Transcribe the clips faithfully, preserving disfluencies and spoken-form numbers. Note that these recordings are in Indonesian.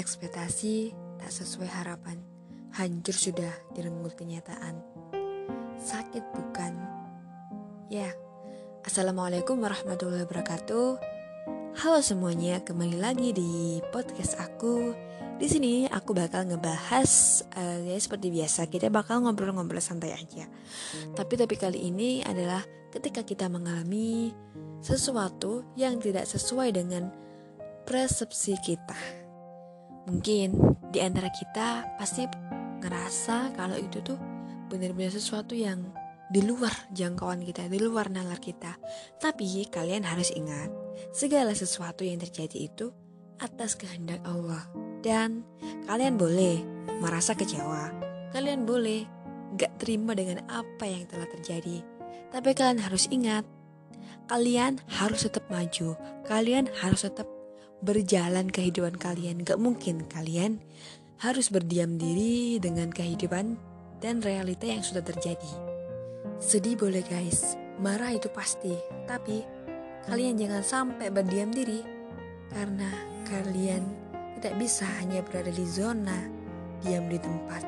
Ekspektasi tak sesuai harapan, hancur sudah direnggut kenyataan. Sakit bukan? Ya, Assalamualaikum warahmatullahi wabarakatuh. Halo semuanya, kembali lagi di podcast aku. Di sini aku bakal ngebahas uh, ya seperti biasa, kita bakal ngobrol-ngobrol santai aja. Tapi tapi kali ini adalah ketika kita mengalami sesuatu yang tidak sesuai dengan persepsi kita. Mungkin di antara kita pasti ngerasa kalau itu tuh benar-benar sesuatu yang di luar jangkauan kita, di luar nalar kita. Tapi kalian harus ingat, segala sesuatu yang terjadi itu atas kehendak Allah. Dan kalian boleh merasa kecewa, kalian boleh gak terima dengan apa yang telah terjadi. Tapi kalian harus ingat, kalian harus tetap maju, kalian harus tetap berjalan kehidupan kalian. Gak mungkin kalian harus berdiam diri dengan kehidupan dan realita yang sudah terjadi. Sedih boleh guys, marah itu pasti, tapi kalian jangan sampai berdiam diri, karena kalian tidak bisa hanya berada di zona diam di tempat.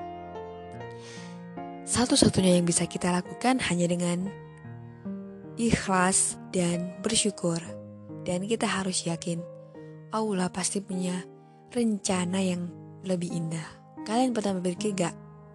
Satu-satunya yang bisa kita lakukan hanya dengan ikhlas dan bersyukur. Dan kita harus yakin Allah pasti punya rencana yang lebih indah. Kalian pernah berpikir gak?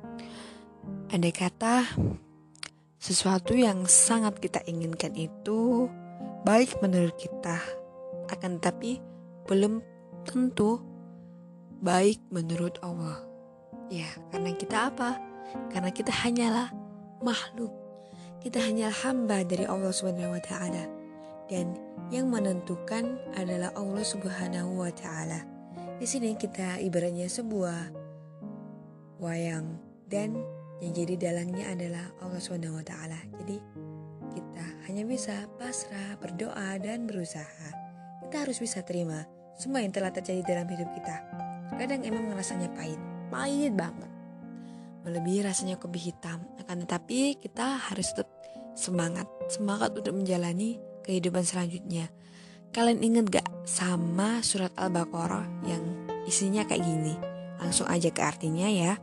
Andai kata sesuatu yang sangat kita inginkan itu baik menurut kita, akan tetapi belum tentu baik menurut Allah. Ya, karena kita apa? Karena kita hanyalah makhluk. Kita hanyalah hamba dari Allah Subhanahu wa taala. Dan yang menentukan adalah Allah Subhanahu wa taala. Di sini kita ibaratnya sebuah wayang dan yang jadi dalangnya adalah Allah Subhanahu wa taala. Jadi kita hanya bisa pasrah, berdoa dan berusaha. Kita harus bisa terima semua yang telah terjadi dalam hidup kita. Kadang emang rasanya pahit, pahit banget. Melebihi rasanya kopi hitam. Akan tetapi kita harus tetap semangat, semangat untuk menjalani kehidupan selanjutnya. Kalian ingat gak sama surat Al-Baqarah yang isinya kayak gini? Langsung aja ke artinya ya.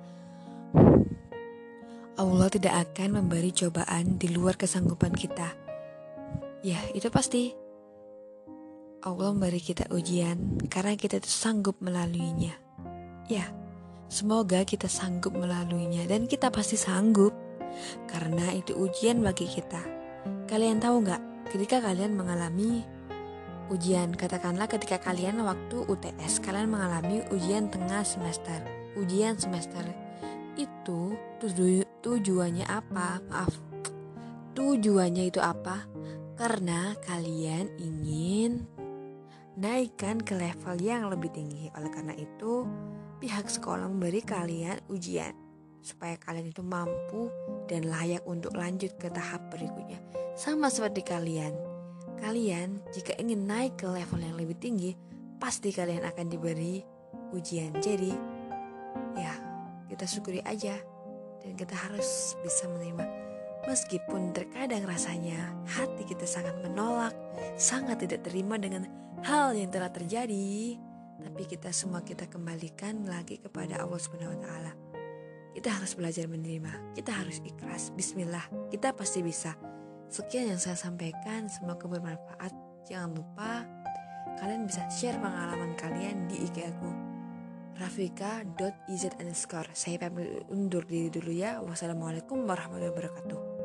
Allah tidak akan memberi cobaan di luar kesanggupan kita. Ya, itu pasti. Allah memberi kita ujian karena kita itu sanggup melaluinya. Ya, semoga kita sanggup melaluinya, dan kita pasti sanggup karena itu ujian bagi kita. Kalian tahu gak? Ketika kalian mengalami ujian, katakanlah ketika kalian waktu U T S, kalian mengalami ujian tengah semester, ujian semester itu tuju, tujuannya apa? Maaf, tujuannya itu apa? Karena kalian ingin naikkan ke level yang lebih tinggi. Oleh karena itu, pihak sekolah memberi kalian ujian supaya kalian itu mampu dan layak untuk lanjut ke tahap berikutnya. Sama seperti kalian, kalian jika ingin naik ke level yang lebih tinggi, pasti kalian akan diberi ujian. Jadi ya, kita syukuri aja, dan kita harus bisa menerima. Meskipun terkadang rasanya hati kita sangat menolak, sangat tidak terima dengan hal yang telah terjadi, tapi kita semua kita kembalikan lagi kepada Allah Subhanahu wa taala. Kita harus belajar menerima, kita harus ikhlas. Bismillah, kita pasti bisa. Sekian yang saya sampaikan, semoga bermanfaat. Jangan lupa kalian bisa share pengalaman kalian di I G aku rafika dot iz underscore. Saya pamit undur diri dulu ya. Wassalamualaikum warahmatullahi wabarakatuh.